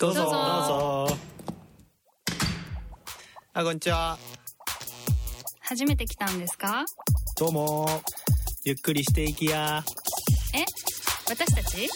どうぞ。 こんにちは。 初めて来たんですか？ どうも。ゆっくりしていきや。 私たち？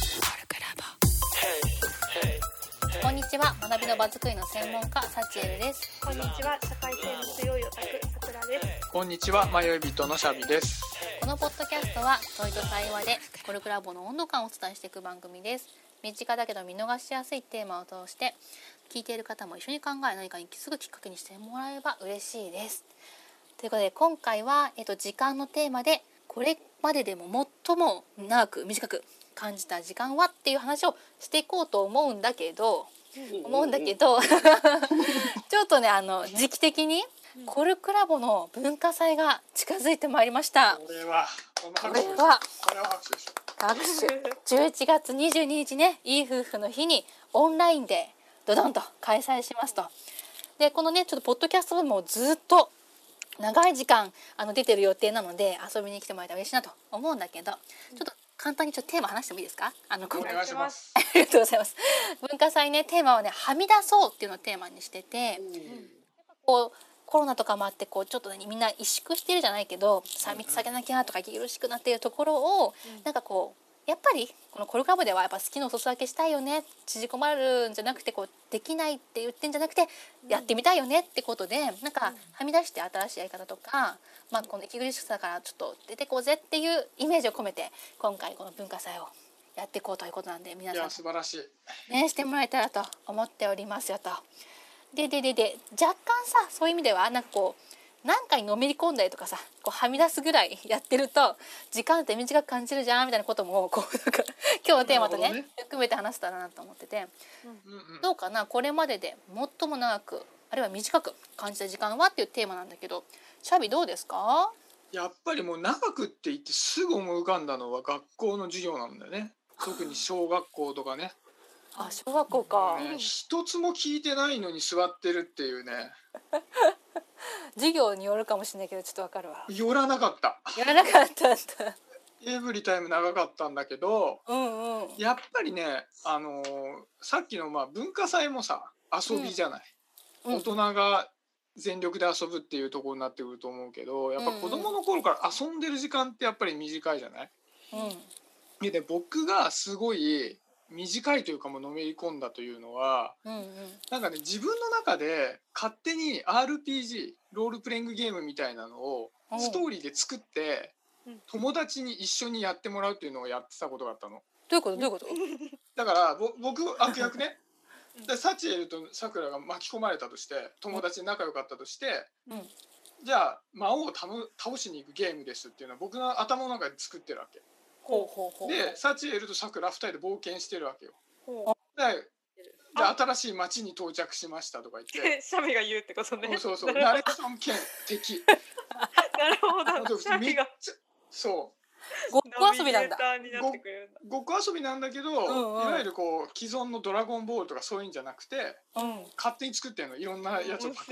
こんにちは。学びの場作りの専門家サチエルです。 こんにちは。社会性の強いオタクさくらです。 こんにちは。迷い人のシャビです。 このポッドキャストは問いと対話でコルクラボの温度感をお伝えしていく番組です。身近だけど見逃しやすいテーマを通して聞いている方も一緒に考え、何かに気づくきっかけにしてもらえば嬉しいです。ということで今回は、時間のテーマで、これまででも最も長く短く感じた時間はっていう話をしていこうと思うんだけどちょっとね、時期的にコルクラボの文化祭が近づいてまいりました。 これは拍手でしょ。 拍手。11月22日ね、いい夫婦の日にオンラインでドドンと開催しますと。でこのね、ちょっとポッドキャスト部もずっと長い時間出てる予定なので、遊びに来てもらえたら嬉しいなと思うんだけど、ちょっと簡単にテーマ話してもいいですか？ お願いします。 ありがとうございます。文化祭ね、テーマはね、はみ出そうっていうのをテーマにしてて、こうコロナとかもあってちょっと、ね、みんな萎縮してるじゃないけど、3密下げなきゃとか息苦しくなっているところを、なんかやっぱりこのコルクラボではやっぱ好きのお裾分けしたいよね、縮こまるんじゃなくてできないって言ってんじゃなくてやってみたいよねってことで、なんかはみ出して新しいやり方とか、この息苦しさからちょっと出てこうぜっていうイメージを込めて今回この文化祭をやっていこうということなんで、皆さん素晴らしい、 ね、してもらえたらと思っておりますよと。で若干さ、そういう意味ではなんか何回のめり込んだりとかさ、はみ出すぐらいやってると時間って短く感じるじゃんみたいなこともなんか今日のテーマと ね含めて話せたらなと思ってて、どうかな、これまでで最も長くあるいは短く感じた時間はっていうテーマなんだけど、シャビどうですか？ やっぱりもう長くって言ってすぐ思い浮かんだのは学校の授業なんだよね。特に小学校とかね。 小学校か、 一つも聞いてないのに座ってるっていうね。 授業によるかもしれないけど、ちょっとわかるわ。 寄らなかった。 やらなかったんだ。 エブリタイム長かったんだけど、やっぱりね、さっきの文化祭もさ、遊びじゃない、大人が全力で遊ぶっていうところになってくると思うけど、やっぱ子供の頃から遊んでる時間ってやっぱり短いじゃない、で僕がすごい短いというかもうのめり込んだというのは、なんかね、自分の中で勝手に RPG ロールプレイングゲームみたいなのをストーリーで作って友達に一緒にやってもらうっていうのをやってたことがあったの。 どういうことだから僕悪役ねでサチエルとサクラが巻き込まれたとして、友達で仲良かったとして、じゃあ魔王を倒しに行くゲームですっていうのは僕の頭の中で作ってるわけで、サチエルとサクラ2人で冒険してるわけよ。で新しい町に到着しましたとか言ってシャビが言うってことね。 そうナレーション兼敵なるほど。シャビがそうごっこ遊びなんだ。 ごっこ遊びなんだけど、いわゆる既存のドラゴンボールとかそういうんじゃなくて、勝手に作ってんの、いろんなやつをパクって。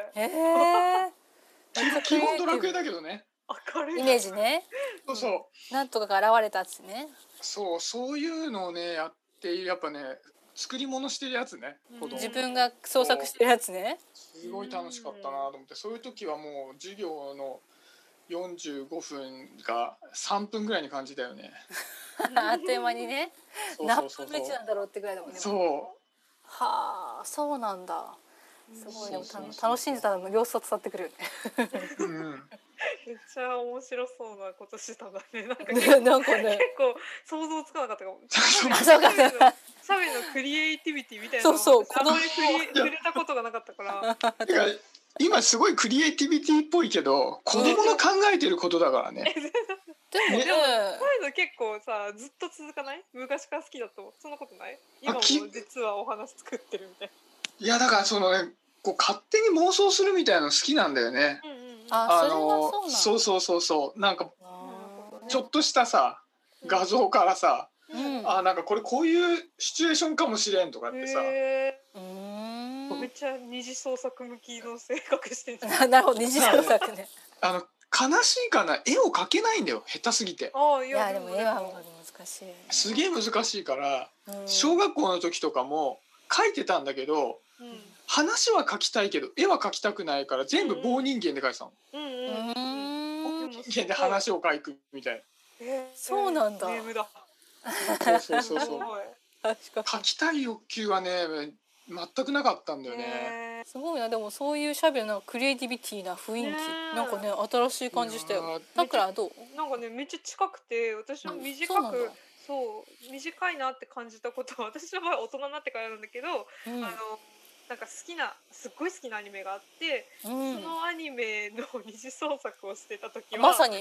基本ドラクエだけどね。 イメージね。なんとかが現れたっつね。 そういうのをねやってやっぱね作り物してるやつね。 自分が創作してるやつね。 すごい楽しかったなと思って、そういう時はもう授業の45分が3分ぐらいに感じたよね。 あっという間にね。何分の1なんだろうってぐらいだもんね。はあ、そうなんだ。すごいね、楽しんでたの様子は伝わってくるよね。 めっちゃ面白そうなことしてたんだね。なんかね、結構想像つかなかったかも。シャビのクリエイティビティみたいなのをあんまり触れたことがなかったから。 今すごいクリエイティビティっぽいけど、子供の考えてることだからね。 でもこういうの結構さ、ずっと続かない？昔から好きだとそんなことない？今も実はお話作ってるみたいな。 いやだからそのね、勝手に妄想するみたいなの好きなんだよね。そうなんかちょっとしたさ画像からさ、なんかこういうシチュエーションかもしれんとかってさ、 めっちゃ二次創作向きの性格してる。 なるほど、二次創作ね。 悲しいかな、絵を描けないんだよ、下手すぎて。 いやでも絵は難しい。 すげえ難しいから。 小学校の時とかも描いてたんだけど、話は描きたいけど絵は描きたくないから全部棒人間で描いてたの。棒人間で話を描くみたいな。 そうなんだ。 そう描きたい欲求はね全くなかったんだよね。 すごいな。でもそういうシャビのなんかクリエイティビティな雰囲気、なんかね新しい感じしたよ。だからどう？ なんかねめっちゃ近くて、私も短くそう短いなって感じたことは私の場合大人になってからなんだけど、なんかすっごい好きなアニメがあって、そのアニメの二次創作をしてた時はまさに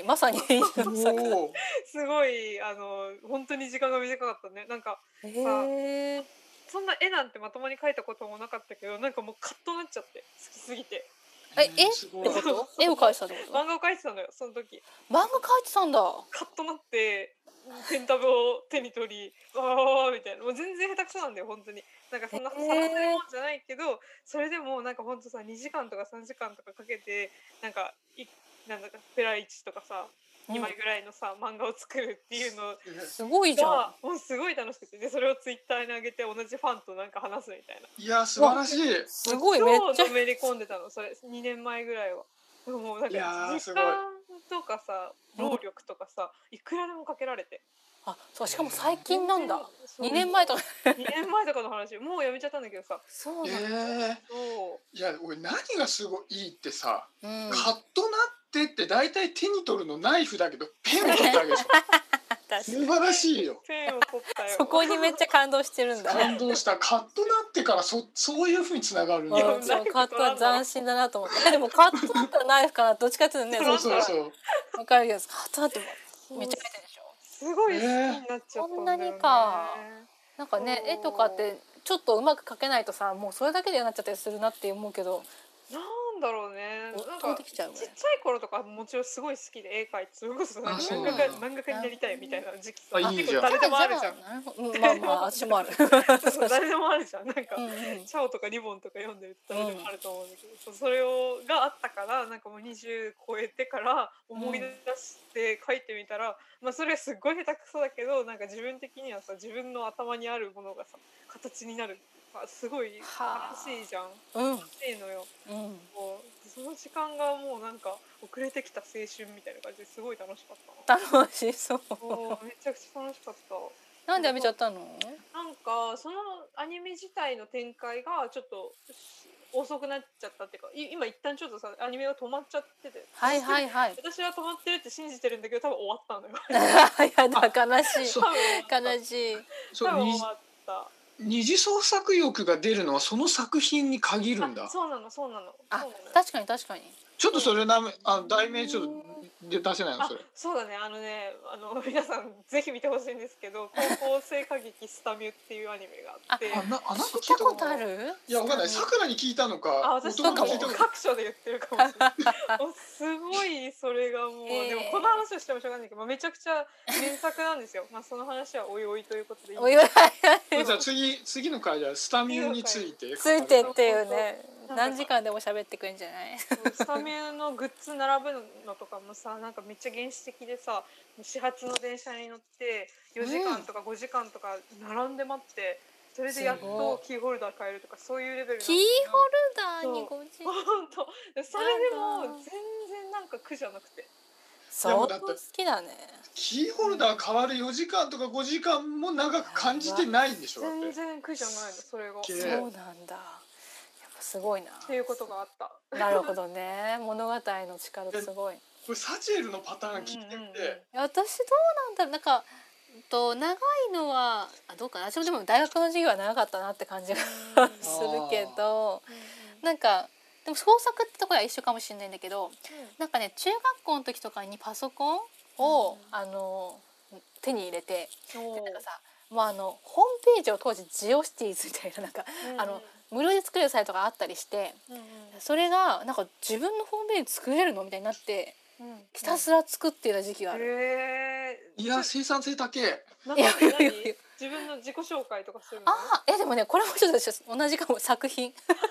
すごい本当に時間が短かったね。なんかそんな絵なんてまともに描いたこともなかったけど、なんかもうカッとなっちゃって好きすぎて。 絵ってこと？絵を描いてたってこと？ 漫画を描いてたのよその時。 漫画描いてたんだ。 カッとなってペンタブを手に取りあーみたいな、もう全然下手くそなんだよ本当に。なんかそんなさらせるもんじゃないけど、それでもなんか本当さ2時間とか3時間とかかけてなんだかペライチとかさ2枚ぐらいのさ漫画を作るっていうのすごいじゃん。 もうすごい楽しくて、でそれをツイッターに上げて同じファンとなんか話すみたいな。 いや素晴らしい。 すごいめっちゃのめり込んでたのそれ2年前ぐらいは。でももうなんか時間とかさ労力とかさいくらでもかけられて。 そうしかも最近なんだ。2年前とか 2年前とかの話もうやめちゃったんだけどさ。 そうなんだ。 いや俺何がすごいいいってさ、カッとなってだいたい手に取るのナイフだけどペンを取ったわけでしょ。素晴らしいよ。 ペンを取ったよ。 そこにめっちゃ感動してるんだ。 感動した。カッとなってからそういう風に繋がるんだよ。 カットは斬新だなと思って。でもカットだったらナイフかな、どっちかっていうとね。 そう。 わかるけど、カットだってめっちゃ書いてるでしょ。 すごい好きになっちゃったそんなにか。なんかね絵とかってちょっとうまく描けないとさ、もうそれだけでなっちゃったりするなって思うけど。 なんだろうね。なんかちっちゃい頃とかもちろんすごい好きで絵描いて、それこそ漫画家になりたいみたいな時期さ、結構誰でもあるじゃん。 まあ私もある。 誰でもあるじゃん。なんかチャオとかリボンとか読んでると誰でもあると思うんだけど、それがあったからなんかもう20超えてから思い出して描いてみたら、まあそれはすっごい下手くそだけど、なんか自分的にはさ自分の頭にあるものがさ形になる。すごい楽しいじゃん。楽しいのよ。もうその時間がもうなんか遅れてきた青春みたいな感じですごい楽しかった。 楽しそう。 めちゃくちゃ楽しかった。 なんでやめちゃったの？ なんかそのアニメ自体の展開がちょっと遅くなっちゃったっていうか、今一旦ちょっとさアニメが止まっちゃってて。 はい。 私は止まってるって信じてるんだけど多分終わったのよ。 やだ悲しい。悲しい。 多分終わった。 二次創作欲が出るのはその作品に限るんだ。 そうなの。 確かに。 ちょっとそれ題名ちょっと出せないのそれ。 そうだね、皆さんぜひ見てほしいんですけど、高校生歌劇スタミュっていうアニメがあって。 なんか聞いたことある？ いやわかんない。さくらに聞いたのか。 私とかも各所で言ってるかもしれない。すごいそれがもう、でもこの話をしてもしょうがないけど、めちゃくちゃ名作なんですよ。まあその話はおいおいということでいい。 おいおい。 じゃあ次の回じゃスタミュについて。 っていうね。何時間でも喋ってくれんじゃない？ スタミュのグッズ並ぶのとかもさ、なんかめっちゃ原始的でさ、始発の電車に乗って4時間とか5時間とか並んで待って、それでやっとキーホルダー買えるとかそういうレベル。 キーホルダーに5時間。 本当。それでも全然なんか苦じゃなくて。 相当好きだね。 キーホルダー変わる4時間とか5時間も長く感じてないんでしょ。 全然苦じゃないのそれが。 そうなんだ。すごいな。 っていうことがあった。 なるほどね。物語の力すごい。 これサチエルのパターン聞いてみて。 私どうなんだろう。なんか長いのはどうかな。私もでも大学の授業は長かったなって感じがするけど、なんかでも創作ってところは一緒かもしれないんだけど、なんかね中学校の時とかにパソコンを手に入れて、なんかさ、もうホームページを当時ジオシティーズみたいななんか無料で作れるサイトがあったりして、それがなんか自分のホームページ作れるのみたいになって、ひたすら作っていた時期がある。 いや生産性高え。 自分の自己紹介とかするの？ でもねこれもちょっと同じかも。作品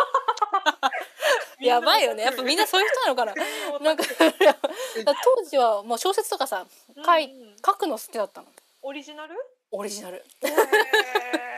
やばいよね。やっぱみんなそういう人なのかな。なんか当時はもう小説とかさ書くの好きだったの。 オリジナル？ オリジナル。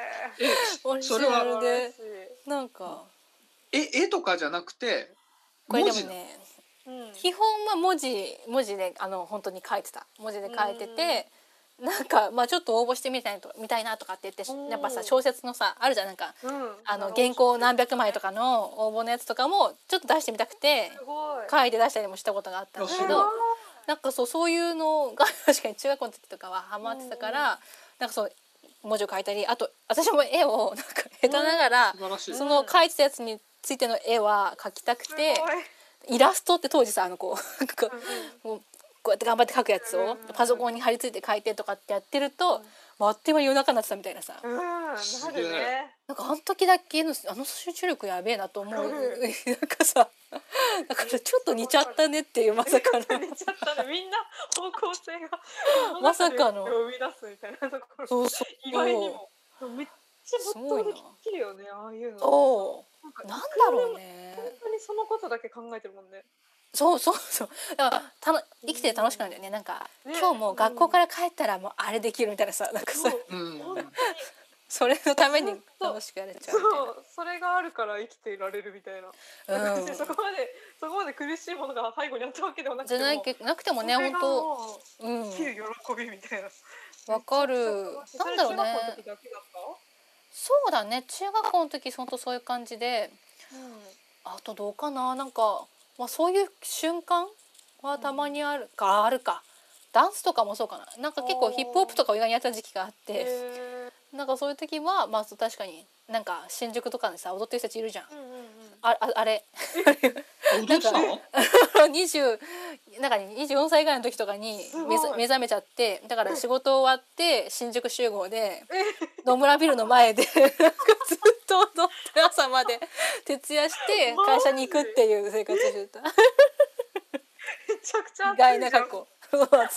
オリジナルでなんか絵とかじゃなくてこれでもね、基本は文字で本当に書いてた文字で書いてて、なんかまあちょっと応募してみたいなとかって言ってやっぱさ小説のさあるじゃんなんか、原稿何百枚とかの応募のやつとかもちょっと出してみたくて書いて出したりもしたことがあったんだけど、なんかそういうのが確かに中学校の時とかはハマってたから、なんかそう文字を書いたり、あと私も絵をなんか下手ながら、その書いてたやつについての絵は描きたくて、イラストって当時さこうやって頑張って描くやつをパソコンに貼り付いて描いてとかってやってると、あっという間に夜中になってたみたいなさ、 なるね。 なんかあの時だけの集中力やべえなと思う、なんかさだからちょっと似ちゃったねっていうまさかの似ちゃったね、みんな方向性がまさかの生み出すみたいなところ、 そう意外にもめっちゃ没頭できるよね、ああいうの。 なんだろうね、 本当にそのことだけ考えてるもんね。 そうだから生きて楽しくなるんだよね。なんか、今日も学校から帰ったらもうあれできるみたいなさ、なんかそれのために楽しくやれちゃうみたいな。 そう、それがあるから生きていられるみたいな。そこまで苦しいものが背後にあったわけではなくても、 なくてもね、本当生きる喜びみたいな。 わかる。なんだろうね。そうだね、中学校の時本当そういう感じで、あとどうかな、なんかまあそういう瞬間はたまにあるか。ダンスとかもそうかな。なんか結構ヒップホップとかを意外にやった時期があって、なんかそういう時はまあ確かになんか新宿とかでさ踊ってる人たちいるじゃん。あれ踊ってたのなんか24歳ぐらいの時とかに目覚めちゃって、だから仕事終わって新宿集合で野村ビルの前でなんかずっと踊って朝まで徹夜して会社に行くっていう生活してた。 めちゃくちゃ意外な過去暑かった。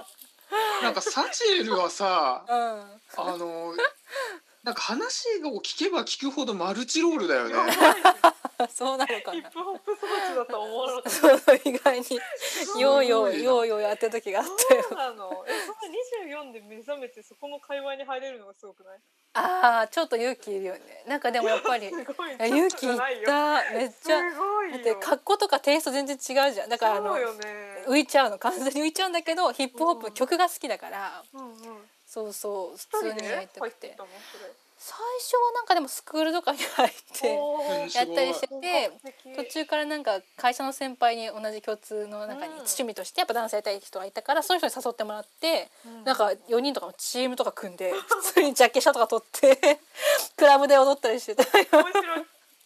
なんかサチエルはさ、なんか話を聞けば聞くほどマルチロールだよね。 そうなのかな。 ヒップホップ育ちだと思わなかった。 そう意外にヨーヨーやってる時があったよ。 そうなの。そんな24で目覚めてそこの界隈に入れるのがすごくない？ ちょっと勇気いるよね。なんかでもやっぱり勇気いっためっちゃ。だって格好とかテイスト全然違うじゃん。だから浮いちゃうの、完全に浮いちゃうんだけど、ヒップホップ曲が好きだから、そう普通にやりたくて。最初はなんかでもスクールとかに入ってやったりしてて、途中からなんか会社の先輩に同じ共通の中に趣味としてやっぱダンスやりたい人がいたから、そういう人に誘ってもらって、なんか4人とかのチームとか組んで普通にジャケ写とか撮ってクラブで踊ったりしてた。 面白い。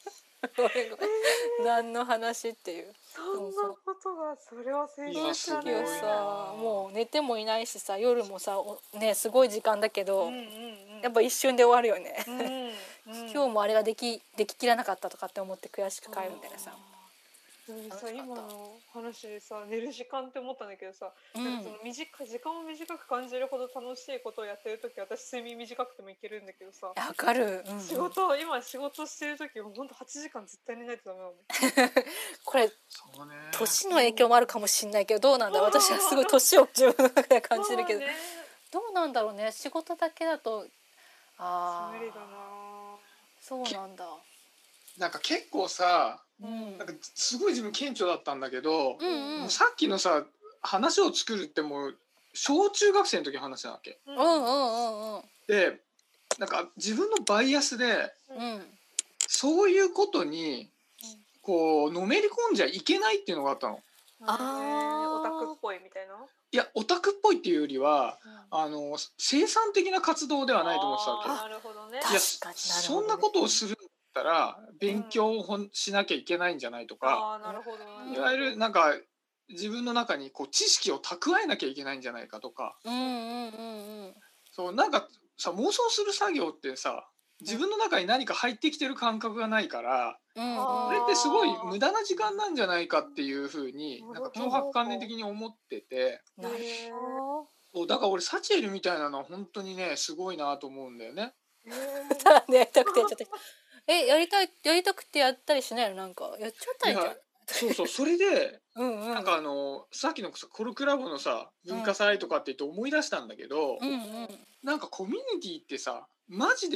何の話っていう。 そんなことが、それは青春だね。 さ、もう寝てもいないしさ、夜もさねすごい時間だけど、やっぱ一瞬で終わるよね。今日もあれができきらなかったとかって思って悔しく帰るみたいなさ。 今の話でさ、寝る時間って思ったんだけどさ、なんかその時間を短く感じるほど楽しいことをやってる時、私睡眠短くてもいけるんだけどさ、 わかる。 今仕事してる時ほんと8時間絶対寝ないとダメだもん。 これ年の影響もあるかもしれないけど、どうなんだ、私はすごい年を自分の中で感じるけど、どうなんだろうね。仕事だけだと無理だな。 そうなんだ。 なんか結構さ、なんかすごい自分顕著だったんだけど、もうさっきのさ話を作るってもう小中学生の時の話なわけ。でなんか自分のバイアスで、そういうことにこうのめり込んじゃいけないっていうのがあったの。 オタクっぽいみたいな。 いやオタクっぽいっていうよりは、生産的な活動ではないと思ってたわけ。 なるほどね。 いやそんなことをするんだったら勉強をしなきゃいけないんじゃないとか、いわゆるなんか自分の中にこう知識を蓄えなきゃいけないんじゃないかとか、そうなんかさ妄想する作業ってさ自分の中に何か入ってきてる感覚がないから、これってすごい無駄な時間なんじゃないかっていうふうになんか強迫観念的に思ってて、そうだから俺サチエルみたいなのは本当にねすごいなと思うんだよね。 ただねやりたくてやっちゃったやりたくてやったりしないの？なんかやっちゃったらいいじゃん。 そうそれでなんかさっきのコルクラボのさ文化祭とかって言って思い出したんだけど、なんかコミュニティってさマジで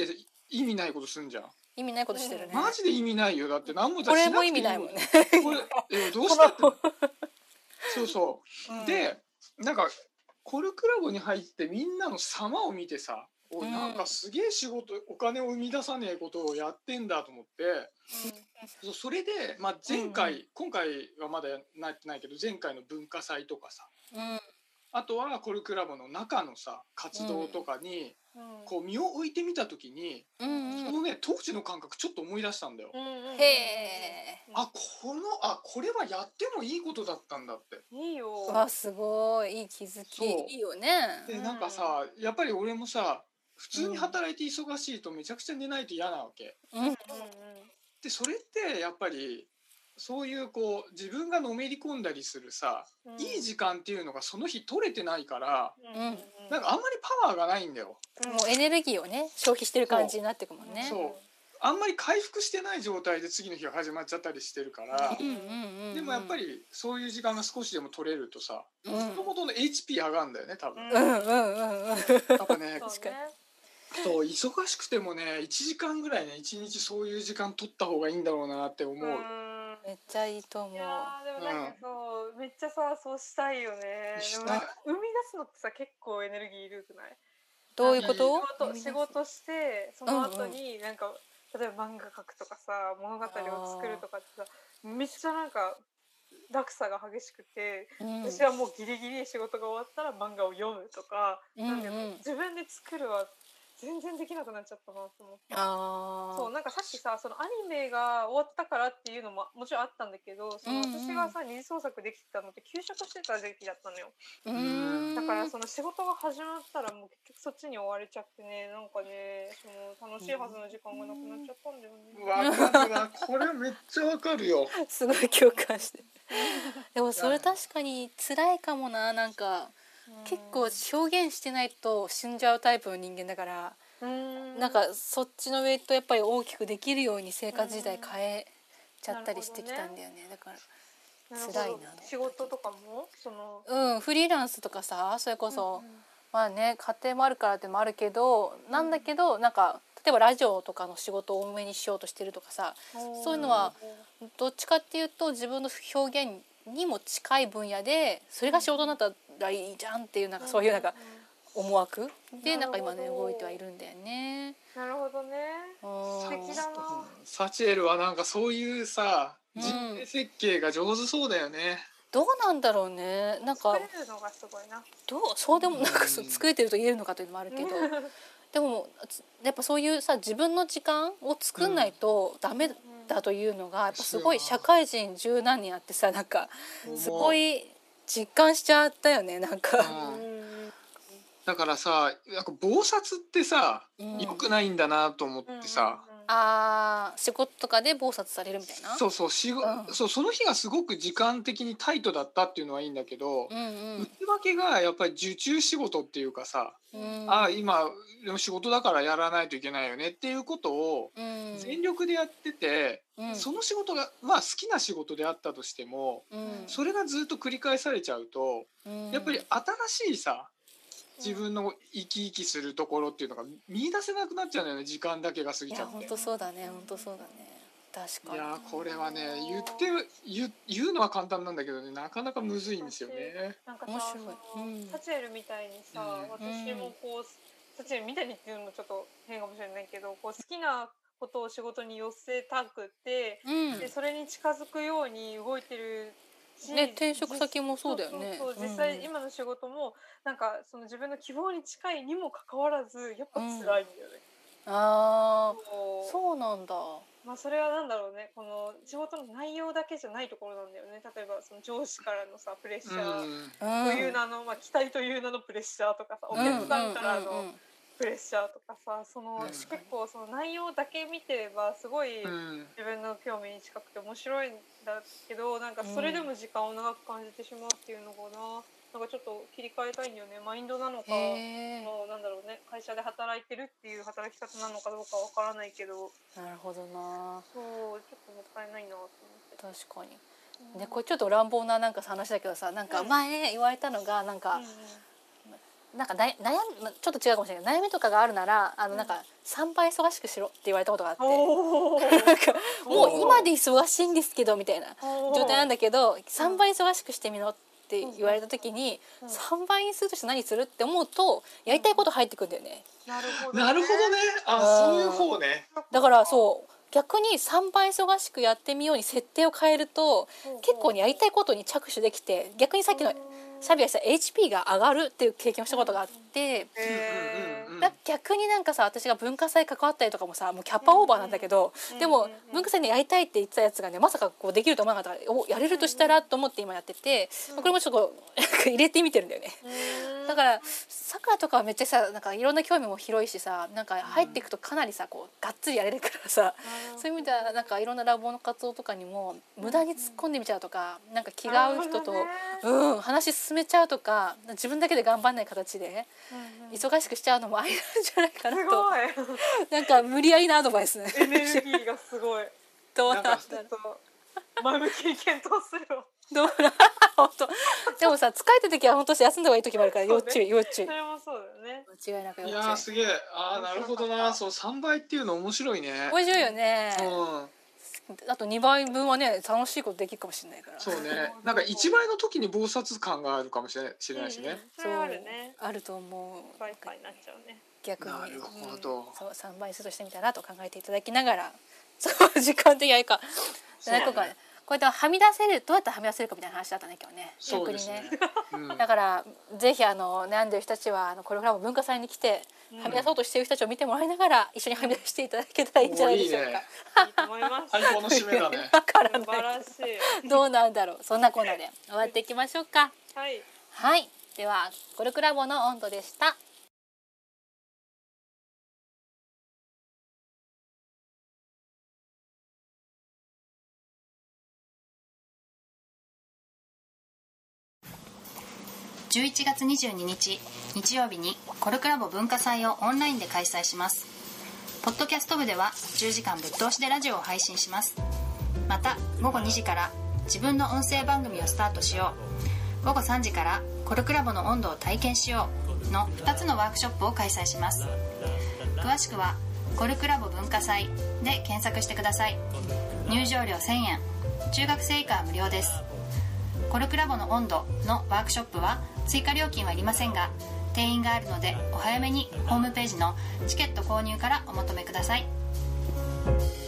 意味ないことすんじゃん。 意味ないことしてるね。 マジで意味ないよ。だって何もじゃこれも意味ないもんね。 これどうしたってそうそう、でなんかコルクラボに入ってみんなの様を見てさ、なんかすげえ仕事お金を生み出さねえことをやってんだと思って、それで、まあ、今回はまだなってないけど前回の文化祭とかさ、あとはコルクラボの中のさ活動とかに、こう身を置いてみた時に、そのね当時の感覚ちょっと思い出したんだよ。 へえ。 これはやってもいいことだったんだって。 いいよ。 わすごいいい気づき。いいよね。 でなんかさやっぱり俺もさ普通に働いて忙しいとめちゃくちゃ寝ないと嫌なわけ。でそれってやっぱりそういうこう自分がのめり込んだりするさ、いい時間っていうのがその日取れてないから、なんかあんまりパワーがないんだよ。 もうエネルギーをね消費してる感じになってくもんね。 そうあんまり回復してない状態で次の日が始まっちゃったりしてるから、でもやっぱりそういう時間が少しでも取れるとさ、もともとの HP 上がるんだよね多分。やっぱねそう忙しくてもね1時間ぐらいね1日そういう時間取った方がいいんだろうなって思う。 めっちゃいいと思う。 いやでもなんかそうめっちゃさそうしたいよね。でもなんか生み出すのってさ結構エネルギーいるくない？ どういうこと？ 仕事してその後になんか例えば漫画描くとかさ物語を作るとかってさめっちゃなんか落差が激しくて、私はもうギリギリ仕事が終わったら漫画を読むとか、なんか自分で作るは全然できなくなっちゃったなと思って。そうなんかさっきさそのアニメが終わったからっていうのももちろんあったんだけど、その私がさ二次創作できたのって休職してた時期だったのよ。だからその仕事が始まったらもう結局そっちに追われちゃってね、なんかねその楽しいはずの時間がなくなっちゃったんだよね。 わかるわこれめっちゃわかるよ。 すごい共感して。でもそれ確かに辛いかもな。なんか結構表現してないと死んじゃうタイプの人間だから、なんかそっちのウェイトやっぱり大きくできるように生活自体変えちゃったりしてきたんだよね。だから辛いな。 仕事とかもそのフリーランスとかさ、それこそ、まあね家庭もあるからってもあるけど、なんだけどなんか例えばラジオとかの仕事を多めにしようとしてるとかさ、そういうのはどっちかっていうと自分の表現にも近い分野でそれが仕事になったらいいじゃんっていうなんかそういうなんか思惑でなんか今ね動いてはいるんだよね。 なるほどね。素敵だな。 サチエルはなんかそういうさ人生設計が上手そうだよね。 どうなんだろうね。なんか作れるのがすごいな。 そうでもなんか作れてると言えるのかというのもあるけど、でもやっぱそういうさ自分の時間を作んないとダメだというのがやっぱすごい社会人十何年あってさ、なんかすごい実感しちゃったよね。なんかだからさなんか忙殺ってさ良くないんだなと思ってさ、 仕事とかで忙殺されるみたいな。 そうその日がすごく時間的にタイトだったっていうのはいいんだけど、内訳がやっぱり受注仕事っていうかさ、今でも仕事だからやらないといけないよねっていうことを全力でやってて、その仕事がまあ好きな仕事であったとしても、それがずっと繰り返されちゃうと、やっぱり新しいさ自分の生き生きするところっていうのが見出せなくなっちゃうんだよね。時間だけが過ぎちゃって。 本当そうだね。本当そうだね。確かに。 いやこれはね言うのは簡単なんだけどね、なかなかむずいんですよね。 なんかさ、サチエルみたいにさ、私もこうサチエルみたいにっていうのもちょっと変かもしれないけど、こう好きなことを仕事に寄せたくて、でそれに近づくように動いてる。 転職先もそうだよね。 実際今の仕事もなんかその自分の希望に近いにもかかわらずやっぱ辛いんだよね。 そうなんだ。 まあそれはなんだろうね、この仕事の内容だけじゃないところなんだよね。例えばその上司からのさプレッシャーという名の、期待という名のプレッシャーとかさ、お客さんからのプレッシャーとかさ、その結構その内容だけ見てればすごい自分の興味に近くて面白いんだけど、なんかそれでも時間を長く感じてしまうっていうのかな。なんかちょっと切り替えたいんだよね。マインドなのか、もうなんだろうね、会社で働いてるっていう働き方なのかどうかわからないけど。 なるほどな。 そうちょっともったいないなと思って。 確かに。これちょっと乱暴ななんか話だけどさ、なんか前言われたのがなんか。 なんかちょっと違うかもしれない。悩みとかがあるならなんか3倍忙しくしろって言われたことがあって、なんかもう今で忙しいんですけどみたいな状態なんだけど、3倍忙しくしてみろって言われた時に、3倍にするとして何するって思うとやりたいこと入ってくるんだよね。 なるほどね。そういう方ね。 だからそう逆に3倍忙しくやってみように設定を変えると結構にやりたいことに着手できて、逆にさっきのシャビがした HP が上がるっていう経験をしたことがあって、逆になんかさ、私が文化祭関わったりとかもさ、もうキャパオーバーなんだけど、でも文化祭にやりたいって言ってたやつがね、まさかこうできると思わなかったから、やれるとしたらと思って今やってて、これもちょっとこう入れてみてるんだよね。だからサッカーとかはめっちゃさ、なんかいろんな興味も広いしさ、なんか入っていくとかなりさこうがっつりやれるからさ、そういう意味ではなんかいろんなラボの活動とかにも無駄に突っ込んでみちゃうとか、なんか気が合う人と話進めちゃうとか、自分だけで頑張んない形で忙しくしちゃうのもありなんじゃないかなと。なんか無理やりなアドバイスね。 エネルギーがすごい。 どうなんだろう。前向きに検討するわ。 どうな本当。でもさ、疲れた時は本当休んだ方がいい時もあるから、要注意要注意。 それもそうだよね。 間違いなく要注意。 いやすげえ。なるほどな。そう3倍っていうの面白いね。 面白いよね。あと2倍分はね、楽しいことできるかもしれないから。 そうね。なんか1倍の時に忙殺感があるかもしれないしね。 それあるね。 あると思う。 倍になっちゃうね。 逆に。 なるほど。 そう3倍するとしてみたらと考えていただきながら、そう時間的にやるか。こうやってはみ出せる、どうやってはみ出せるかみたいな話だったね今日ね。 そうですね。 だからぜひ悩んでる人たちはコレクラボ文化祭に来てはみ出そうとしている人たちを見てもらいながら一緒にはみ出していただけたらいいんじゃないでしょうか。 いいと思います。 最高の締めだね。 わからない。 素晴らしい。 どうなんだろう。そんなコーナーで終わっていきましょうか。 はい。 はい。ではコレクラボの温度でした。 11月22日日曜日にコルクラボ文化祭をオンラインで開催します。ポッドキャスト部では10時間ぶっ通しでラジオを配信します。また午後2時から自分の音声番組をスタートしよう、午後3時からコルクラボの温度を体験しようの2つのワークショップを開催します。詳しくはコルクラボ文化祭で検索してください。入場料1000円、中学生以下は無料です。コルクラボの温度のワークショップは追加料金はいりませんが、定員があるのでお早めにホームページのチケット購入からお求めください。